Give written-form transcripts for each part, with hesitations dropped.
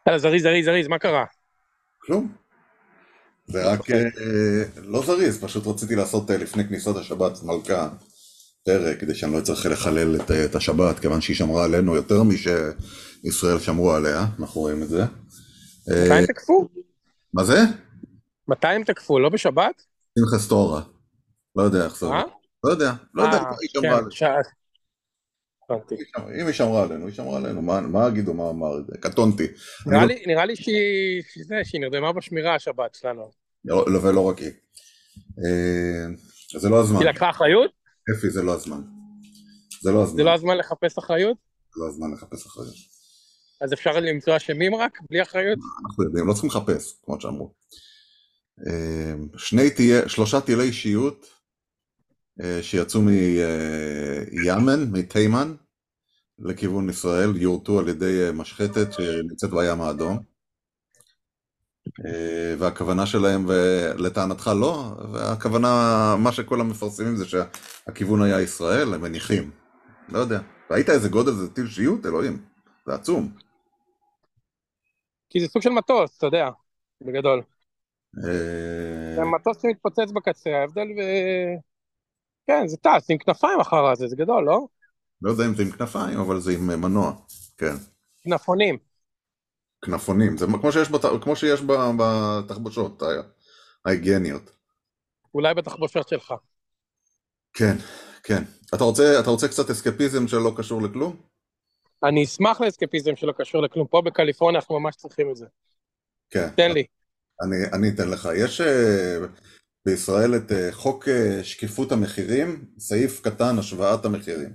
יאללה, זריז, מה קרה? כלום. זה לא רק צוחק. לא זריז, פשוט רציתי לעשות לפני כניסת השבת מלכה פרק, כדי שאני לא אצטרך לחלל את השבת, כיוון שהיא שמרה עלינו יותר משישראל שמרו עליה, אנחנו רואים את זה. מתי אה, הם תקפו? מה זה? מתי הם תקפו? לא בשבת? פנחס תורה. לא יודע איך זה עובד. מה? לא יודע, היא שמרה כן, עלינו. הבנתי. אם היא שמרה עלינו, היא שמרה עלינו. מה אגידו, מה אמר את זה? קטונתי. אני נראה לי שהיא נרדמה בשמירה השבת שלנו. ולא רק היא. זה לא הזמן. היא לקחה אחריות? אפי, זה לא הזמן. זה לא זה הזמן. לא הזמן לחפש אחריות? זה לא הזמן לחפש אחריות. אז אפשר למצוא אשמים רק, בלי אחריות? אנחנו יודעים, לא צריכים לחפש, כמו שאמרו. שלושה טילי אישיות שיצאו מימן, מתימן, לכיוון ישראל, יורטו על ידי משחטת שנמצאת בים האדום. והכוונה שלהם, ולטענתך לא, והכוונה, מה שכל המפרסמים זה שהכיוון היה ישראל, הם מניחים. לא יודע. ראית איזה גודל זה טיל שיוט? אלוהים. זה עצום. כי זה סוג של מטוס, אתה יודע, בגדול. זה אה, מטוס שמתפוצץ בקצה, ההבדל כן, זה טס, עם כנפיים אחר זה גדול, לא? לא יודע אם זה עם כנפיים, אבל זה עם מנוע. כן. כנפונים. כנפונים, זה כמו שיש בתחבושות ההיגייניות. אולי בתחבושות שלך. כן, כן. אתה רוצה קצת אסקפיזם שלא קשור לכלום? אני אשמח לאסקפיזם שלא קשור לכלום. פה בקליפורניה אנחנו ממש צריכים את זה. כן, תן לי. אני אתן לך. יש בישראל את חוק שקיפות המחירים, סעיף קטן השוואת המחירים.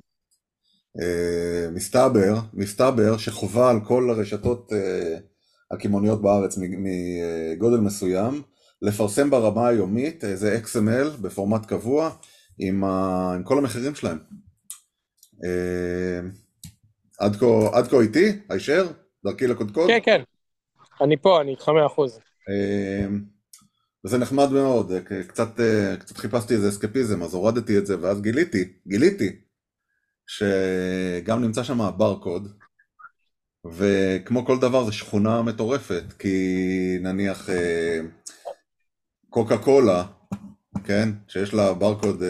מסתבר שחובה על כל הרשתות הקמעוניות בארץ מגודל מסוים, לפרסם ברמה היומית איזה XML בפורמט קבוע עם כל המחירים שלהם. אה, עד כה איתי, הישר, דרכי כן, לקודקוד. כן. אני פה, אני איתך 100%. אה, וזה נחמד מאוד, קצת חיפשתי איזה אסקפיזם, אז הורדתי את זה, ואז גיליתי שגם נמצא שם הברקוד, וכמו כל דבר זה שכונה מטורפת, כי נניח קוקה קולה, כן, שיש לה ברקוד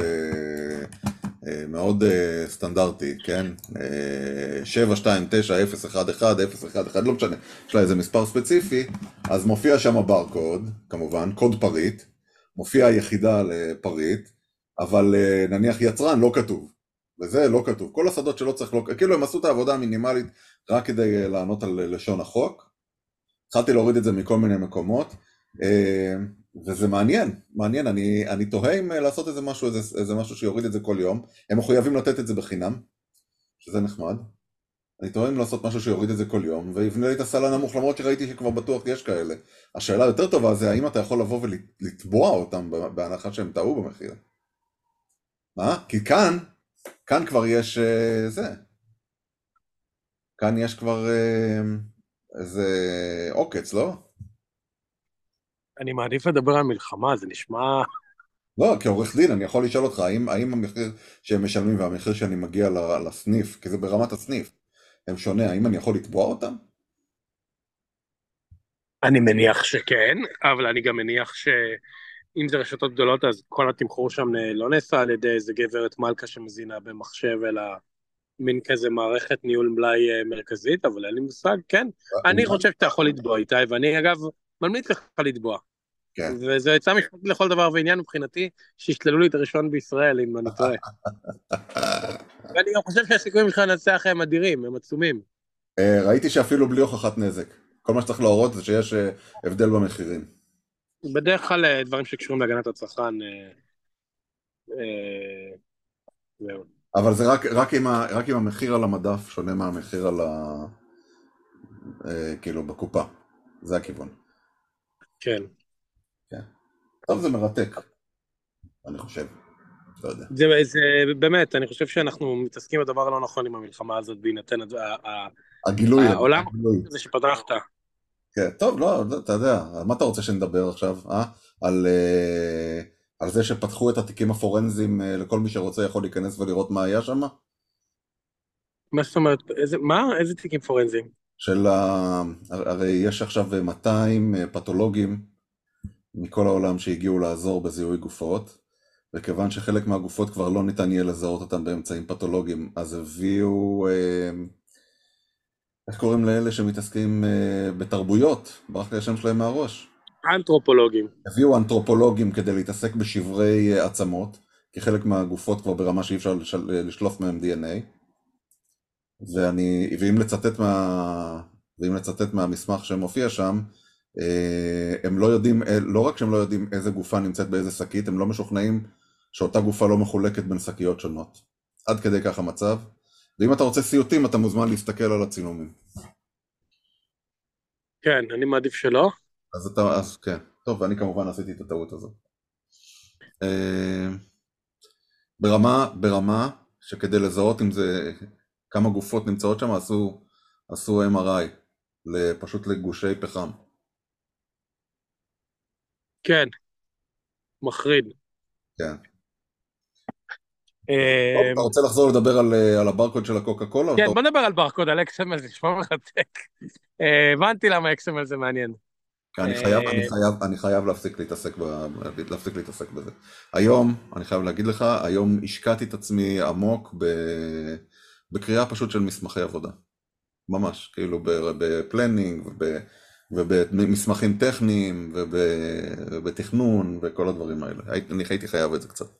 מאוד סטנדרטי, כן, 729-011-011, לא משנה, יש לה איזה מספר ספציפי, אז מופיע שם ברקוד, כמובן, קוד פריט, מופיע היחידה לפריט, אבל נניח יצרן לא כתוב, וזה לא כתוב, כל השדות שלא צריך, לא, כאילו הם עשו את העבודה המינימלית רק כדי לענות על לשון החוק, התחלתי להוריד את זה מכל מיני מקומות, וזה מעניין, אני תוהה אם לעשות איזה משהו שיוריד את זה כל יום, הם מחויבים לתת את זה בחינם, שזה נחמד, אני תוהה אם לעשות משהו שיוריד את זה כל יום, ויבנה לי את הסל הנמוך, למרות שראיתי שכבר בטוח יש כאלה. השאלה היותר טובה זה האם אתה יכול לבוא ולתבוע אותם בהנחה שהם טעו במחיר. מה? כי כאן כבר יש כאן יש כבר איזה עוקץ, לא? אני מעדיף לדבר על מלחמה, זה נשמע... לא, כעורך דין אני יכול לשאול אותך, האם המחיר שהם משלמים והמחיר שאני מגיע לסניף, כי זה ברמת הסניף, הם שונה, האם אני יכול לתבוע אותם? אני מניח שכן, אבל אני גם מניח שאם זה רשתות גדולות, אז כל התמחור שם לא נעשה על ידי איזה גברת מלכה שמזינה במחשב, אלא מין כזה מערכת ניהול מלאי מרכזית, אבל אין לי מושג, כן. אני אולי? חושב שאתה יכול לתבוע איתי, ואני אגב ממליץ לך לתבוע. כן. וזו עצה משפטית לכל דבר ועניין מבחינתי, שישללו לי את הראשון בישראל, אם אני טועה. ואני גם חושב שהסיכויים שלך לנצח הם אדירים, הם עצומים. ראיתי שאפילו בלי הוכחת נזק. כל מה שצריך להראות זה שיש הבדל במחירים. בדרך כלל דברים שקשורים להגנת הצרכן, אה, זהו. אבל זה רק אם המחיר על המדף שונה מהמחיר כאילו בקופה. זה הכיוון. כן. כן. טוב, זה מרתק, אני חושב. לא יודע. זה באמת, אני חושב שאנחנו מתעסקים בדבר הלא נכון עם המלחמה הזאת, בהינתן העולם הגילוי. הזה שפתחת. כן, טוב, לא, אתה יודע, על מה אתה רוצה שנדבר עכשיו, אה? על זה שפתחו את התיקים הפורנזיים לכל מי שרוצה יכול להיכנס ולראות מה היה שם? מה זאת אומרת, מה? איזה תיקים פורנזיים? הרי יש עכשיו 200 פתולוגים מכל העולם שהגיעו לעזור בזיהוי גופות, וכיוון שחלק מהגופות כבר לא ניתן יהיה לזהות אותם באמצעים פתולוגיים, אז הביאו, איך קוראים לאלה שמתעסקים בתרבויות? ברח לי השם שלהם מהראש. אנתרופולוגים. הביאו אנתרופולוגים כדי להתעסק בשברי עצמות, כי חלק מהגופות כבר ברמה שאי אפשר לשלוף מהם DNA, ואם לצטט מהמסמך שמופיע שם, הם לא יודעים, לא רק שהם לא יודעים איזה גופה נמצאת באיזה שקית, הם לא משוכנעים שאותה גופה לא מחולקת בין שקיות שונות. עד כדי כך המצב. ואם אתה רוצה סיוטים, אתה מוזמן להסתכל על הצילומים. כן, אני מעדיף שלא. אז כן. טוב, ואני כמובן עשיתי את הטעות הזאת. ברמה שכדי לזהות אם זה כמה גופות נמצאות שם, עשו MRI, פשוט לגושי פחם. כן, מחריד. כן. טוב, אתה רוצה לחזור לדבר על הברקוד של הקוקה קולה? כן, בוא נדבר על ברקוד, על XML, זה נשמע מרתק. הבנתי למה XML זה מעניין. אני חייב להפסיק להתעסק בזה. היום, אני חייב להגיד לך, היום השקעתי את עצמי עמוק בקריאה פשוט של מסמכי עבודה. ממש, כאילו בפלנינג ובמסמכים טכניים ובתכנון וכל הדברים האלה. אני הייתי חייב את זה קצת.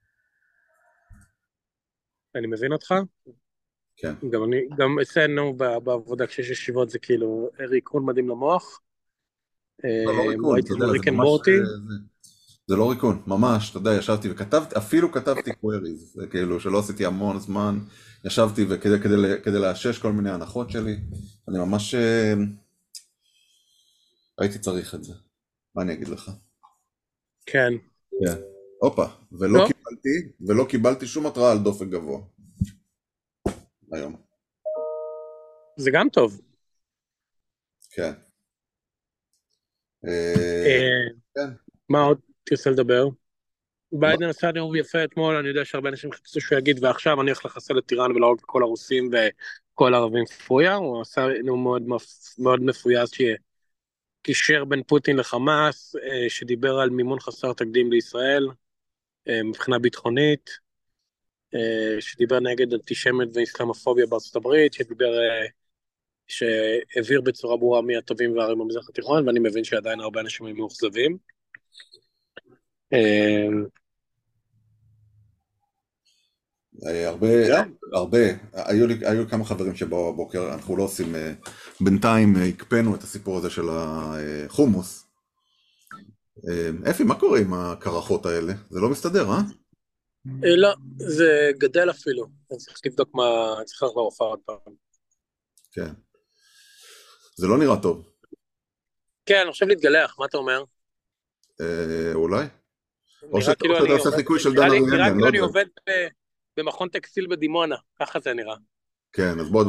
אני מבין אותך. כן. גם אצלנו בעבודה כשיש ישיבות זה כאילו ריקון מדהים למוח. לא ריקון, אתה יודע, זה ממש... זה לא ריקון, ממש, אתה יודע, ישבתי וכתבתי, אפילו כתבתי queries, זה כאילו שלא עשיתי המון זמן, ישבתי וכדי לאשש כל מיני הנחות שלי, אני ממש הייתי צריך את זה, מה אני אגיד לך? כן. כן, הופה, ולא קיבלתי שום התראה על דופק גבוה, היום. זה גם טוב. כן. כן. מה עוד תרצה לדבר? ביידן עשה נאום יפה אתמול, אני יודע שהרבה אנשים חצו שהוא יגיד, ועכשיו אני הולך לחסל את איראן ולהרוג את כל הרוסים וכל הערבים פויה, הוא עשה נאום מאוד מפויס שקישר בין פוטין לחמאס, שדיבר על מימון חסר תקדים לישראל, מבחינה ביטחונית, שדיבר נגד אנטישמיות ואיסלאמופוביה בארצות הברית, שהעביר בצורה ברורה מי הטובים והרעים במזרח התיכון, ואני מבין שעדיין הרבה אנשים הם מאוכזבים. הרבה, היו כמה חברים שבאו הבוקר, אנחנו לא עושים, בינתיים הקפאנו את הסיפור הזה של החומוס. אפי, מה קורה עם הקרחות האלה? זה לא מסתדר, אה? לא, זה גדל אפילו, אני צריך לבדוק מה, צריך לחזור להופעה עוד פעם. כן. זה לא נראה טוב. כן, אני חושב להתגלח, מה אתה אומר? אולי? או שאתה עושה חיקוי של דן אריאל, נראה כאילו אני עובד במכון טקסטיל בדימונה, ככה זה נראה. כן, אז בוא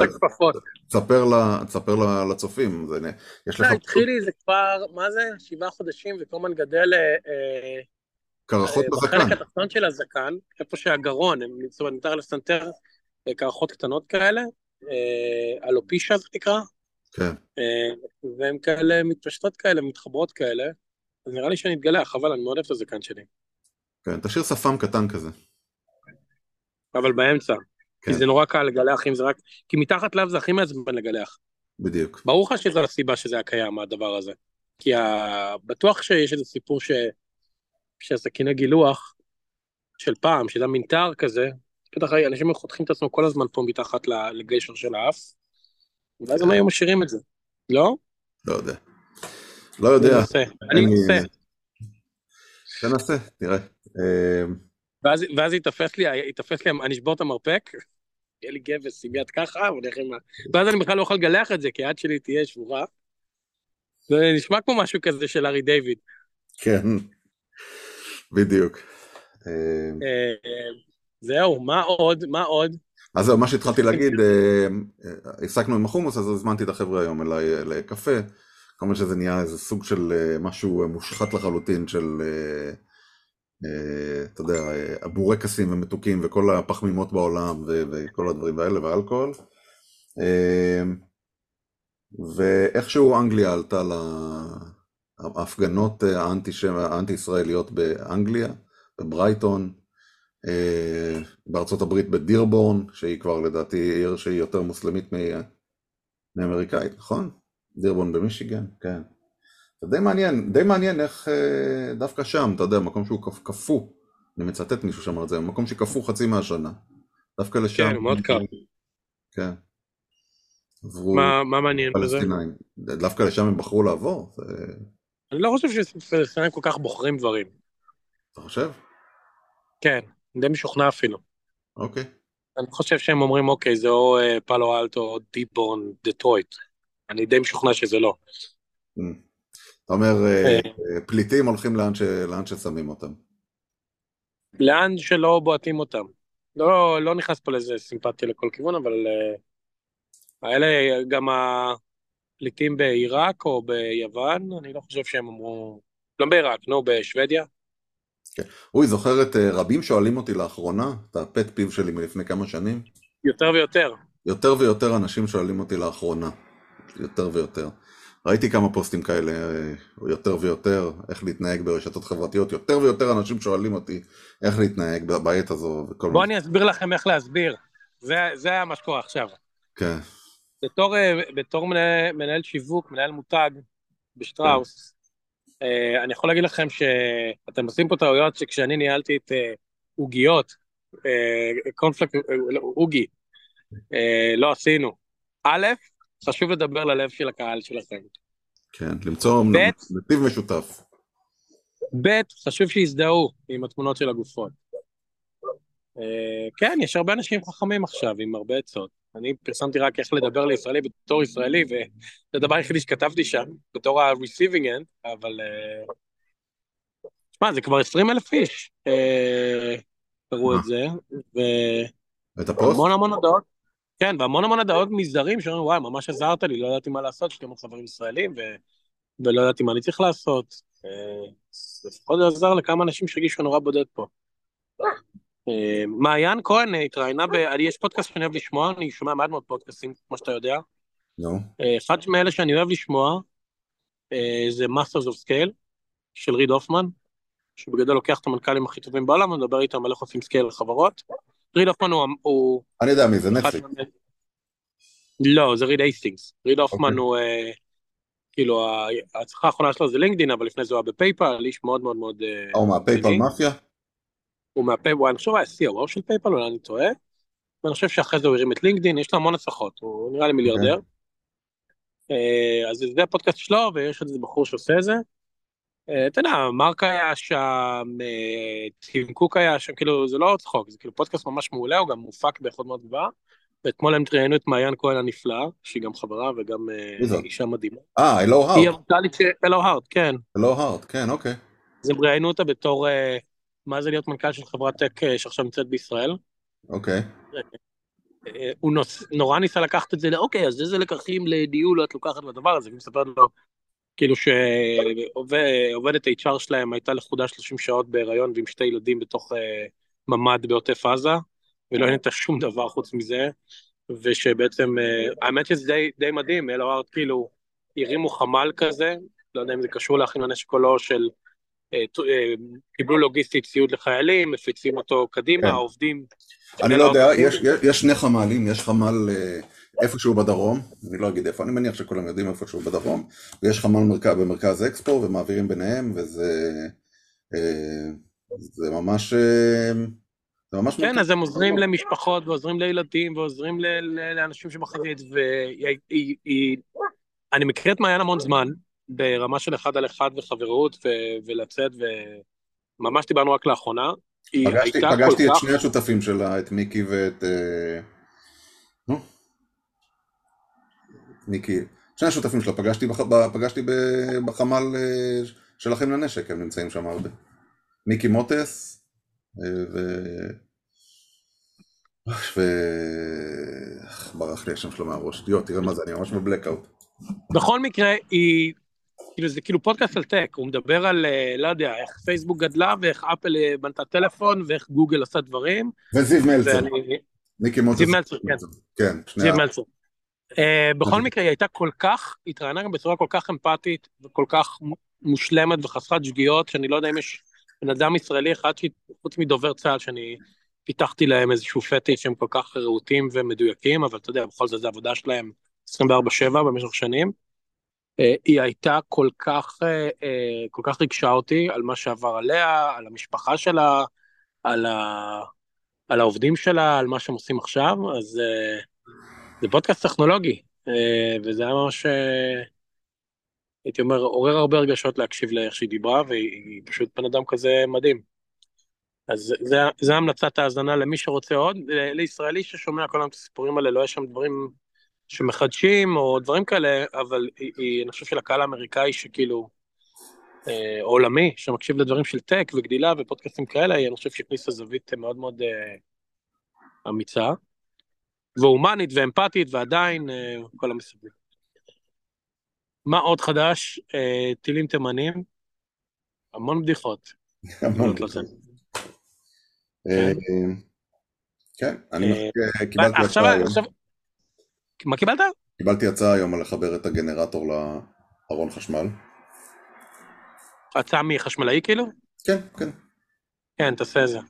תספר לצופים. התחיל לי זה כבר, מה זה? 7 חודשים, וכל הזמן גדל קרחות בזקן. בחלק התחתון של הזקן, איפה שהגרון, הם נמצאים לסנטר קרחות קטנות כאלה, אלופישה זה נקרא, כן. והן כאלה מתפשטות כאלה, מתחברות כאלה, אז נראה לי שאני אתגלח, אבל אני מאוד אוהב את הזקן שלי. כן, תשאיר שפם קטן כזה. אבל באמצע, כי זה נורא קל לגלח, אם זה רק, כי מתחת לב זה הכי מעצבן לגלח. בדיוק. ברור לך שזו הסיבה שזה היה קיים, הדבר הזה. כי בטוח שיש איזה סיפור שהסכיני גילוח של פעם, שזה מינטר כזה, בטח אנשים חותכים את עצמם כל הזמן פה מתחת לגשר של האף, ואז הם היו משאירים את זה. לא? לא יודע. לא יודע. אני אנסה. תנסה, תראה. ואז יתפס לי, אני אשבור את המרפק, יהיה לי גבס עם יד ככה, ואז אני בכלל לא יכול לגלח את זה, כי היד שלי תהיה שבורה. זה נשמע כמו משהו כזה של ארי דיוויד. כן, בדיוק. זהו, מה עוד? אז זהו, מה שהתחלתי להגיד, הפסקנו עם החומוס, אז הזמנתי את החבר'ה היום אליי לקפה, כמובן שזה נהיה איזה סוג של משהו מושחת לחלוטין של, אתה יודע, הבורקסים ומתוקים וכל הפחמימות בעולם וכל הדברים האלה ואלכוהול. ואיכשהו אנגליה עלתה להפגנות האנטי-ישראליות באנגליה, בברייטון, בארצות הברית בדירבורן, שהיא כבר לדעתי עיר שהיא יותר מוסלמית מאמריקאית, נכון? דירבורן במישיגן, כן. זה די מעניין איך דווקא שם, אתה יודע, מקום שהוא קפוא, אני מצטט מישהו שאמר את זה, מקום שקפוא חצי מהשנה, דווקא לשם, כן, הוא מאוד קר. כן, עברו מה מעניין בזה? פלסטינאים, דווקא לשם הם בחרו לעבור, אני לא חושב שפלסטינים כל כך בוחרים דברים. אתה חושב? כן, די משוכנע אפילו. אוקיי. אני חושב שהם אומרים, אוקיי, זה או פאלו אלטו או דיפבורן, דטרויט. אני די משוכנע שזה לא. אתה אומר, אה, פליטים הולכים לאן ששמים אותם. לאן שלא בועטים אותם. לא נכנס פה לזה סימפתיה לכל כיוון, אבל האלה גם הפליטים בעיראק או ביוון, אני לא חושב שהם אמרו, לא בעיראק, נו, בשוודיה. כן. אוי, זוכר את רבים שואלים אותי לאחרונה, את הפט פיו שלי מלפני כמה שנים? יותר ויותר. יותר ויותר אנשים שואלים אותי לאחרונה, יותר ויותר. ראיתי כמה פוסטים כאלה, יותר ויותר, איך להתנהג ברשתות חברתיות, יותר ויותר אנשים שואלים אותי איך להתנהג בעת הזו. בואו אני אסביר לכם איך להסביר. זה היה מה שקורה עכשיו. כן. בתור מנהל שיווק, מנהל מותג כן. בשטראוס, אני יכול להגיד לכם שאתם עושים פה טעויות שכשאני ניהלתי את עוגיות, קונפלקט, עוגי, לא עשינו. א', חשוב לדבר ללב של הקהל שלכם. כן, למצוא נתיב משותף. ב', חשוב שיזדהו עם התמונות של הגופות. כן, יש הרבה אנשים חכמים עכשיו עם הרבה עצות. אני פרסמתי רק איך לדבר לישראלי בתור ישראלי, וזה הדבר היחידי שכתבתי שם, בתור ה-receiving end, אבל תשמע, זה כבר 20,000 איש קראו את זה, את הפוסט? והמון המון הודעות, כן, והמון המון הודעות מזדרים שאומרים, וואי, ממש עזרת לי, לא ידעתי מה לעשות, יש כמה חברים ישראלים, ולא ידעתי מה אני צריך לעשות. לפחות זה עזר לכמה אנשים שהרגישו נורא בודד פה. מעיין כהן התראיינה, יש פודקאסט שאני אוהב לשמוע, אני שומע מעט מאוד פודקאסטים, כמו שאתה יודע. נו. אחד מאלה שאני אוהב לשמוע, זה Masters of Scale, של ריד הופמן, שבגדול לוקח את המנכ"לים הכי טובים בעולם, ומדבר איתם על איך עושים סקייל לחברות. ריד הופמן הוא... אני יודע מי זה, נטפליקס. לא, זה ריד הייסטינגס. ריד הופמן הוא, כאילו, ההצלחה האחרונה שלו זה לינקדין, אבל לפני זה הוא היה בפייפל, איש מאוד מאוד מאוד... הוא מהפייפל מאפיה? הוא מהפייפל, אני חושב היה COO של פייפל, אולי אני טועה. ואני חושב שאחרי זה הוא הרים את לינקדין, יש לו המון הצלחות, הוא נראה לי מיליארדר. אז זה הפודקאסט שלו, ויש עוד איזה בחור שעושה את זה. אתה יודע, מרק היה שם, טים קוק היה שם, כאילו זה לא צחוק, זה כאילו פודקאסט ממש מעולה, הוא גם מופק באיכות מאוד גבוהה, ואתמול הם ראיינו את מעיין כהן הנפלאה, שהיא גם חברה וגם אישה מדהימה. אלו הארט. היא המנכ"לית של אלו הארט, כן. אלו הארט, כן, אוקיי. אז הם ראיינו אותה בתור, מה זה להיות מנכ"ל של חברת טק שעכשיו נמצאת בישראל. אוקיי. הוא נורא ניסה לקחת את זה, אוקיי, אז איזה לקחים לדיול את לוקחת בדבר הזה, אני מספר לו, כאילו שעובדת HR שלהם הייתה לכודה 30 שעות בהיריון ועם 2 ילדים בתוך ממד בעוטף עזה, ולא הייתה שום דבר חוץ מזה, ושבעצם, האמת שזה די מדהים, אלו ארט כאילו הרימו חמ"ל כזה, לא יודע אם זה קשור להכין לנשק או לא, של קיבלו לוגיסטית ציוד לחיילים, מפיצים אותו קדימה, עובדים. אני לא יודע, יש 2 חמ"לים, יש חמ"ל איפשהו בדרום, אני לא אגיד איפה, אני מניח שכולם יודעים איפשהו בדרום, ויש חמ"ל במרכז אקספו, ומעבירים ביניהם, וזה ממש... כן, אז הם עוזרים למשפחות, ועוזרים לילדים, ועוזרים לאנשים שבחזית, ואני מכיר את מעיין המון זמן, ברמה של 1 על 1 וחברות, ולצאת, וממש דיברנו רק לאחרונה. פגשתי את 2 השותפים שלה, את מיקי ואת... מיקי, 2 השותפים שלה, פגשתי בחמ"ל של אחים לנשק, הם נמצאים שם הרבה. מיקי מוטס, ברח לי השם שלו מהראש, תראה מה זה, אני ממש בבלקאוט. בכל מקרה, זה כאילו פודקאסט על טק, הוא מדבר על, לא יודע, איך פייסבוק גדלה, ואיך אפל בנתה טלפון, ואיך גוגל עשה דברים. וזיו מלצר. מיקי מוטס. זיו מלצר, כן. כן, זיו מלצר. בכל מקרה, היא הייתה התראיינה גם בצורה כל כך אמפתית, וכל כך מושלמת וחסרת שגיאות, שאני לא יודע אם יש בן אדם ישראלי אחד, חוץ מדובר צה"ל, שאני פיתחתי להם איזשהו פטיש שהם כל כך רהוטים ומדויקים, אבל אתה יודע, בכל זאת, זו עבודה שלהם 24/7 במשך שנים. היא הייתה כל כך ריגשה אותי על מה שעבר עליה, על המשפחה שלה, על ה... על העובדים שלה, על מה שהם עושים עכשיו, אז זה פודקאסט טכנולוגי, וזה היה ממש, הייתי אומר, עורר הרבה רגשות להקשיב לאיך שהיא דיברה, והיא פשוט בן אדם כזה מדהים. אז זה המלצת ההאזנה למי שרוצה עוד, לישראלי ששומע כל את הסיפורים האלה, לא יש שם דברים שמחדשים או דברים כאלה, אבל אני חושב שלקהל האמריקאי שכאילו, עולמי, שמקשיב לדברים של טק וגדילה ופודקאסטים כאלה, אני חושב שהכניסה זווית מאוד מאוד אמיצה, והומנית ואמפתית, ועדיין כל המסביב. מה עוד חדש? טילים תימנים, המון בדיחות. המון בדיחות. כן, אני קיבלתי הצעה היום. מה קיבלת? קיבלתי הצעה היום על לחבר את הגנרטור לארון חשמל. הצעה מחשמלאי כאילו? כן, כן. כן, תעשה את זה.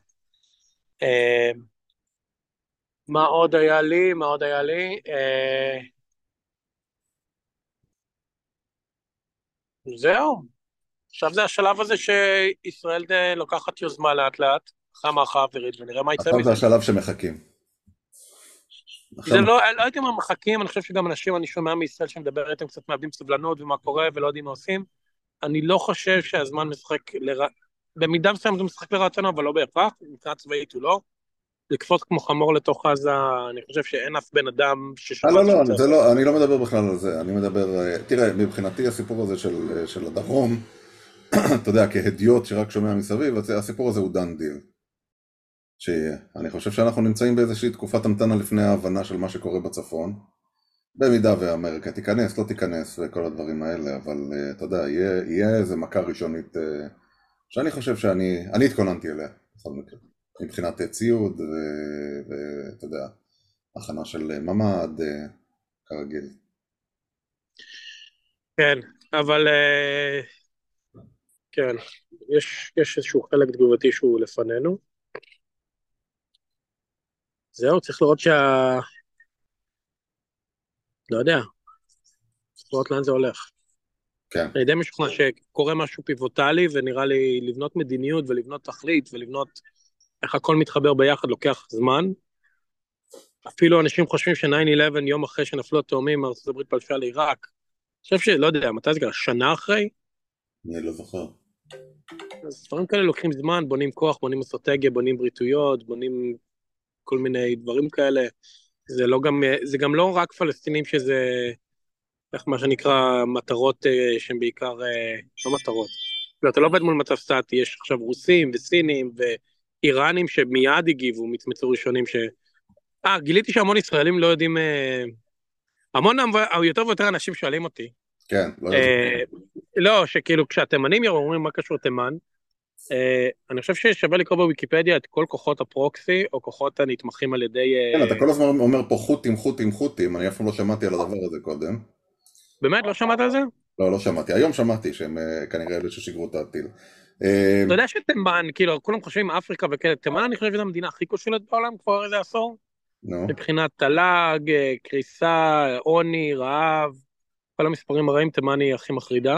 מה עוד היה לי? זהו. עכשיו זה השלב הזה שישראל לוקחת יוזמה לאט לאט, אחרי המערכה האווירית, ונראה מה יצא מזה. עכשיו זה השלב שמחכים. זה לא הייתי אומר מחכים, אני חושב שגם אנשים, אני שומע מישראל שמדבר איתם קצת מאבדים סבלנות ומה קורה ולא יודעים מה עושים. אני לא חושב שהזמן משחק במידה מסוימת זה משחק לרעתנו, אבל לא בהכרח, מבחינה צבאית הוא לא. לקפוץ כמו חמור לתוך עזה, אני חושב שאין אף בן אדם ששמע... לא, אני לא מדבר בכלל על זה, אני מדבר, תראה, מבחינתי הסיפור הזה של הדרום, אתה יודע, כהדיוט שרק שומע מסביב, הסיפור הזה הוא דן דיל. שאני חושב שאנחנו נמצאים באיזושהי תקופת המתנה לפני ההבנה של מה שקורה בצפון, במידה ואמריקה תיכנס, לא תיכנס וכל הדברים האלה, אבל אתה יודע, יהיה איזה מכה ראשונית שאני חושב שאני התכוננתי אליה, בכל מקרה. מבחינת ציוד ואתה יודע, הכנה של ממ"ד, כרגיל. כן, אבל כן, יש איזשהו חלק תגובתי שהוא לפנינו. זהו, צריך לראות לא יודע, צריך לראות לאן זה הולך. כן. אני די משוכנע שקורה משהו פיבוטלי, ונראה לי לבנות מדיניות ולבנות תכלית ולבנות איך הכל מתחבר ביחד לוקח זמן. אפילו אנשים חושבים ש-9/11 יום אחרי שנפלו התאומים, ארצות הברית פלשה לעיראק. אני חושב שלא יודע, מתי זה קרה? שנה אחרי? אני לא זוכר. אז דברים כאלה לוקחים זמן, בונים כוח, בונים אסטרטגיה, בונים בריתויות, בונים כל מיני דברים כאלה. זה גם לא רק פלסטינים שזה, איך מה שנקרא, מטרות שהן בעיקר, לא מטרות. לא, אתה לא עובד מול מצב סטטי, יש עכשיו רוסים וסינים ואיראנים שמיד הגיבו, מצמצו ראשונים גיליתי שהמון ישראלים לא יודעים, המון, יותר ויותר אנשים שואלים אותי. כן, לא יודעים. לא, שכאילו כשהתימנים אומרים מה קשור תימן, אני חושב ששווה לקרוא בוויקיפדיה את כל כוחות הפרוקסי, או כוחות הנתמכים על ידי... כן, אתה כל הזמן אומר פה חות'ים, אני אף פעם לא שמעתי על הדבר הזה קודם. באמת? לא שמעת על זה? לא שמעתי. היום שמעתי שהם כנראה אלה ששיגרו את הטיל. אתה יודע שתימן, כאילו, כולם חושבים אפריקה וכאלה, תימן אני חושב שזו המדינה הכי כושלת בעולם כבר איזה עשור. מבחינת תל"ג, קריסה, עוני, רעב, כל המספרים הרעים, תימן היא הכי מחרידה.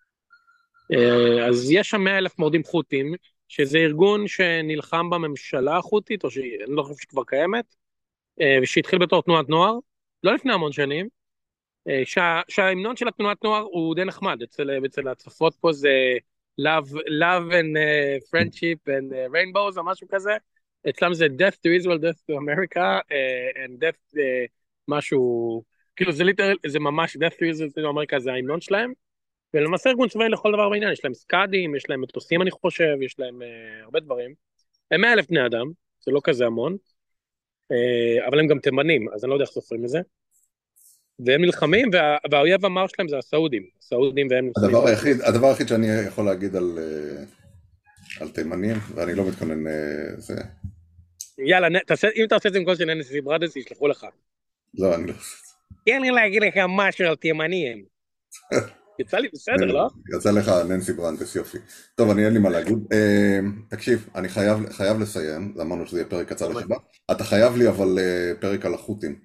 אז יש שם 100,000 מורדים חות'ים, שזה ארגון שנלחם בממשלה החות'ית, או שאני לא חושב שכבר קיימת, ושהתחיל בתור תנועת נוער, לא לפני המון שנים, שההמנון של התנועת נוער הוא די נחמד, אצל הצפות פה זה love and friendship and rainbows או משהו כזה, אצלם זה death to Israel, death to America, and death משהו, כאילו זה ממש death to Israel, to America זה ההמנון שלהם, ולמעשה ארגון צבאי לכל דבר בעניין, יש להם סקאדים, יש להם מטוסים אני חושב, יש להם הרבה דברים, הם 100,000 בני אדם, זה לא כזה המון, אבל הם גם תימנים, אז אני לא יודע איך סופרים את זה, והם נלחמים, והאויב המר שלהם זה הסעודים והם נלחמים. הדבר היחיד שאני יכול להגיד על תימנים, ואני לא מתכונן זה... יאללה, אם אתה עושה את זה עם כל של NSC ברדס, ישלחו לך. לא, אני לא עושה את זה. תן לי להגיד לך משהו על תימנים. יצא לי בסדר, לא? יצא לך ננסי ברנדס, יופי. טוב, אין לי מה להגיד. תקשיב, אני חייב לסיים, אמרנו שזה יהיה פרק קצר לשבת. אתה חייב לי אבל פרק על החות'ים.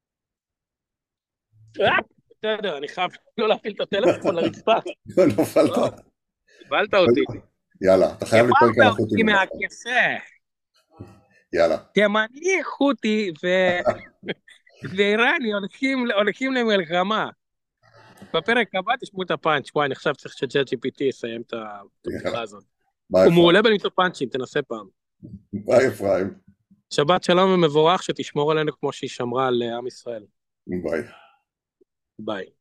בסדר, אני חייב לא להפעיל את הטלפון לרצפה. נפלת. קיבלת אותי. יאללה, אתה חייב לי פרק על החות'ים. העברת אותי מהכיסא. יאללה. תימני, חותי ואיראני הולכים למלחמה. בפרק הבא תשמעו את הפאנץ'. וואי, אני עכשיו צריך ש-ChatGPT יסיים את הבדיחה הזאת. הוא מעולה בלמצוא פאנצ'ים, תנסה פעם. ביי אפרים. שבת שלום ומבורך, שתשמור עלינו כמו שהיא שמרה על עם ישראל. ביי. ביי.